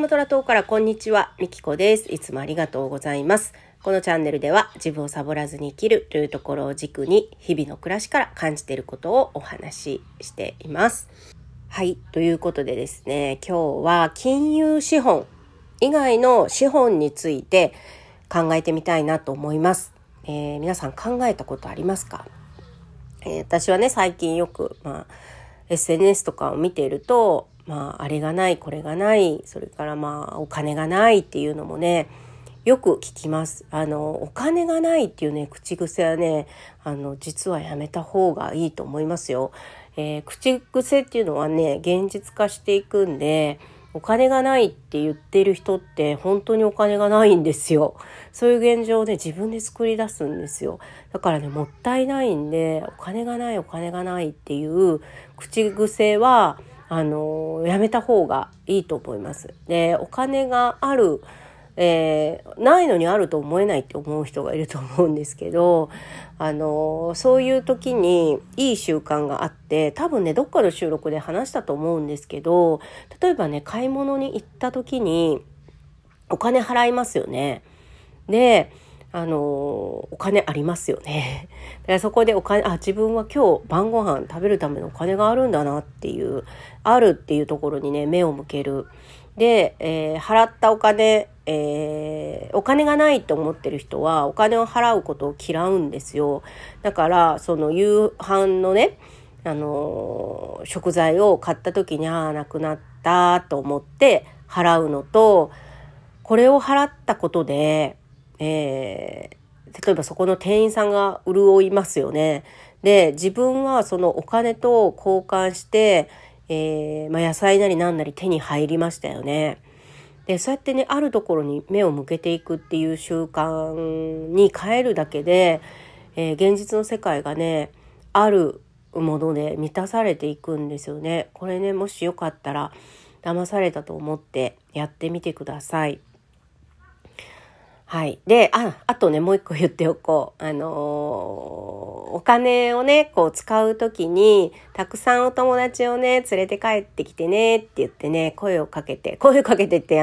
本虎からこんにちは、みきこです。いつもありがとうございます。このチャンネルでは自分をサボらずに生きるというところを軸に日々の暮らしから感じていることをお話ししています。はい、ということでですね、今日は金融資本以外の資本について考えてみたいなと思います。皆さん考えたことありますか？私はね、最近よく、SNS とかを見ていると、あれがないこれがない、それからお金がないっていうのもねよく聞きます。お金がないっていうね口癖はね実はやめた方がいいと思いますよ。口癖っていうのはね現実化していくんで、お金がないって言ってる人って本当にお金がないんですよ。そういう現状をね自分で作り出すんですよ。だからねもったいないんで、お金がないお金がないっていう口癖はやめた方がいいと思います。で、お金がある、ないのにあると思えないって思う人がいると思うんですけど、そういう時にいい習慣があって、多分ねどっかの収録で話したと思うんですけど、例えばね買い物に行った時にお金払いますよね。でお金ありますよね。だからそこで自分は今日晩ご飯食べるためのお金があるんだなっていうあるっていうところにね目を向ける。で、払ったお金、お金がないと思ってる人はお金を払うことを嫌うんですよ。だからその夕飯のね食材を買った時になくなったと思って払うのと、これを払ったことで例えばそこの店員さんが潤いますよね。で、自分はそのお金と交換して、野菜なり何なり手に入りましたよね。で、そうやってねあるところに目を向けていくっていう習慣に変えるだけで、現実の世界がねあるもので満たされていくんですよね。これねもしよかったら騙されたと思ってやってみてください。はい。で、あとね、もう一個言っておこう。お金をね、使うときに、たくさんお友達をね、連れて帰ってきてねって言ってね、声をかけてって、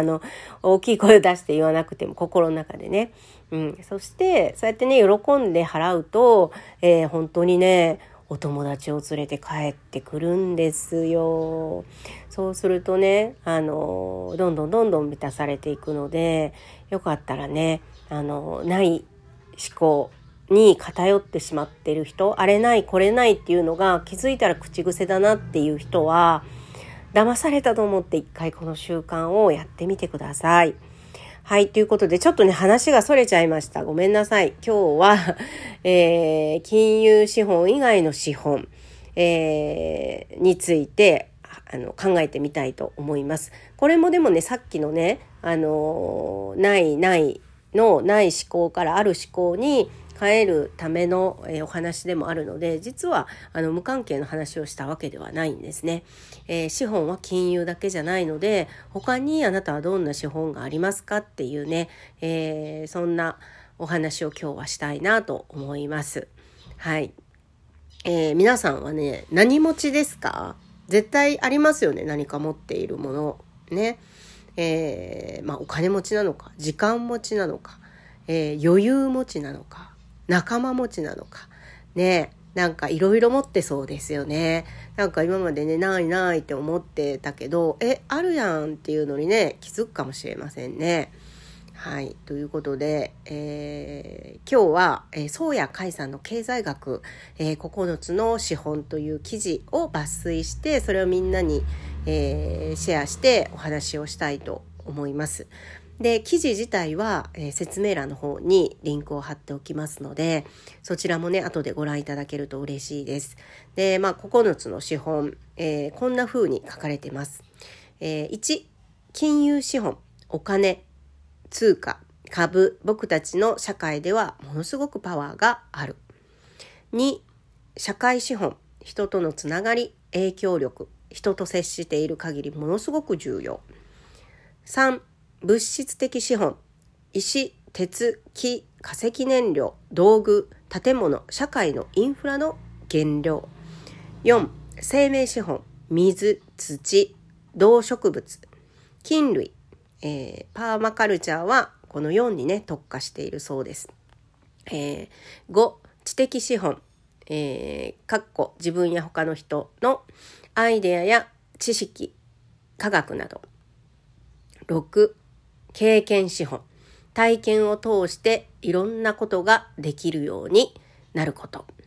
大きい声を出して言わなくても、心の中でね。そして、そうやってね、喜んで払うと、本当にね、お友達を連れて帰ってくるんですよ。そうするとね、どんどん満たされていくので、よかったらね、ない思考に偏ってしまってる人、あれないこれないっていうのが気づいたら口癖だなっていう人は、騙されたと思って一回この習慣をやってみてください。はい、ということでちょっとね話がそれちゃいました。ごめんなさい。今日は、金融資本以外の資本、について考えてみたいと思います。これもでもねさっきのね、ない思考からある思考に変えるための、お話でもあるので、実は無関係の話をしたわけではないんですね。資本は金融だけじゃないので、他にあなたはどんな資本がありますかっていうね、そんなお話を今日はしたいなと思います。はい。皆さんはね何持ちですか？絶対ありますよね、何か持っているものね。お金持ちなのか、時間持ちなのか、余裕持ちなのか、仲間持ちなのかね、なんかいろいろ持ってそうですよね。なんか今までねないって思ってたけど、あるやんっていうのにね気づくかもしれませんね。はい、ということで、今日は、宗谷海さんの経済学、9つの資本という記事を抜粋して、それをみんなに、シェアしてお話をしたいと思います。で、記事自体は、説明欄の方にリンクを貼っておきますので、そちらもね後でご覧いただけると嬉しいです。で、9つの資本、こんな風に書かれています。1、金融資本、お金、通貨、株、僕たちの社会ではものすごくパワーがある。2、社会資本、人とのつながり、影響力、人と接している限りものすごく重要。3、物質的資本、石、鉄、木、化石燃料、道具、建物、社会のインフラの原料。4、生命資本、水、土、動植物、菌類、 パーマカルチャーはこの4にね特化しているそうです。5、知的資本、自分や他の人のアイデアや知識、科学など。6、経験資本、体験を通していろんなことができるようになること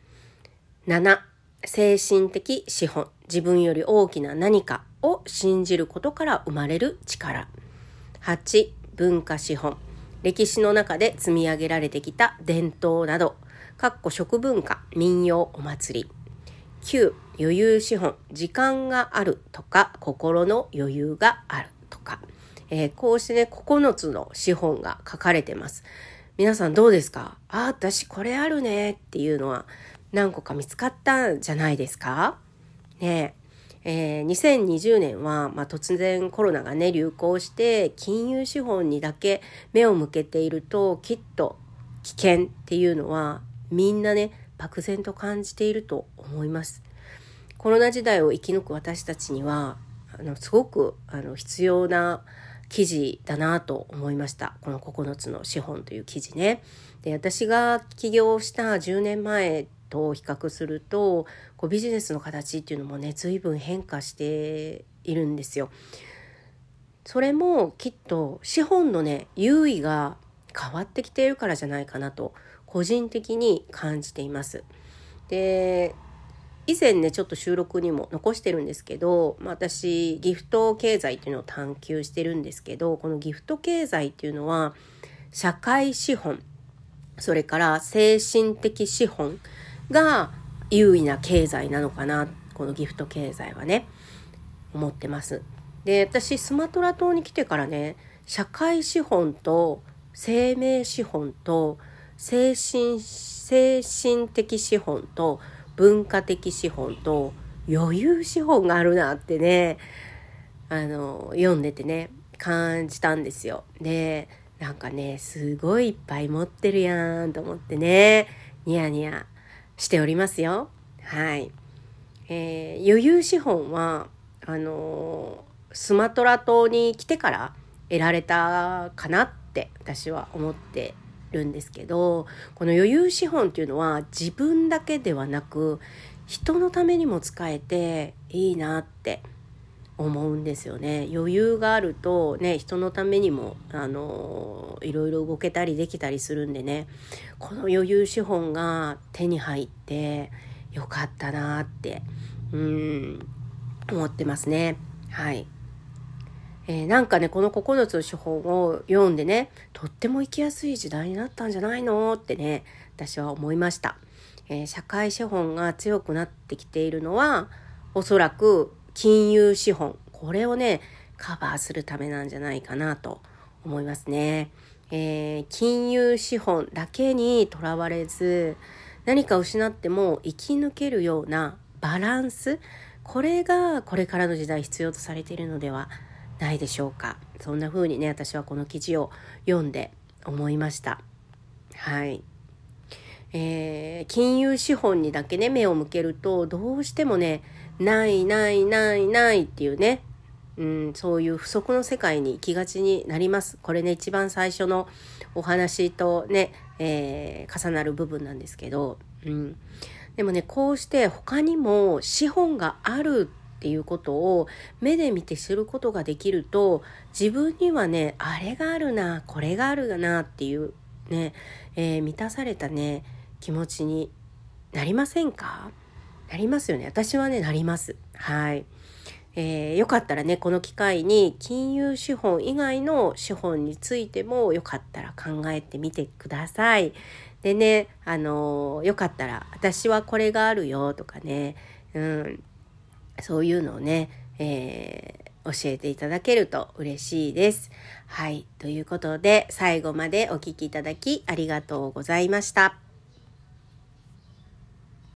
。7、精神的資本、自分より大きな何かを信じることから生まれる力。8、文化資本、歴史の中で積み上げられてきた伝統など、食文化、民謡、お祭り。9、余裕資本、時間があるとか心の余裕があるとか、こうしてね9つの資本が書かれてます。皆さんどうですか？私これあるねっていうのは何個か見つかったんじゃないですかね。2020年は、突然コロナがね流行して金融資本にだけ目を向けているときっと危険っていうのはみんなね漠然と感じていると思います。コロナ時代を生き抜く私たちにはすごく必要な記事だなと思いました。この9つの資本という記事ね。で、私が起業した10年前と比較するとビジネスの形っていうのもね随分変化しているんですよ。それもきっと資本のね優位が変わってきているからじゃないかなと個人的に感じています。で、以前ねちょっと収録にも残してるんですけど、私ギフト経済っていうのを探求してるんですけど、このギフト経済っていうのは社会資本、それから精神的資本が優位な経済なのかな、このギフト経済はね思ってます。で、私スマトラ島に来てからね、社会資本と生命資本と精神的資本と文化的資本と余裕資本があるなってね読んでてね感じたんですよ。で、なんかねすごいいっぱい持ってるやんと思ってねニヤニヤしておりますよ。はい。余裕資本はスマトラ島に来てから得られたかなって私は思ってるんですけど、この余裕資本っていうのは自分だけではなく人のためにも使えていいなって思うんですよね。余裕があるとね人のためにもいろいろ動けたりできたりするんでね、この余裕資本が手に入ってよかったなって思ってますね。はい。なんかねこの9つの資本を読んでねとっても生きやすい時代になったんじゃないのってね私は思いました。社会資本が強くなってきているのはおそらく金融資本、これをねカバーするためなんじゃないかなと思いますね。金融資本だけにとらわれず何か失っても生き抜けるようなバランス、これがこれからの時代必要とされているのではないでしょうか。そんな風にね私はこの記事を読んで思いました。はい。金融資本にだけね目を向けるとどうしてもねないっていうね、そういう不足の世界に行きがちになります。これね一番最初のお話とね、重なる部分なんですけど、でもねこうして他にも資本があるっていうことを目で見て知ることができると、自分にはねあれがあるなこれがあるなっていうね、満たされたね気持ちになりませんか？なりますよね。私はねなります。はい。よかったらねこの機会に金融資本以外の資本についてもよかったら考えてみてください。でねよかったら私はこれがあるよとかね、そういうのをね、教えていただけると嬉しいです。はい。ということで最後までお聞きいただきありがとうございました。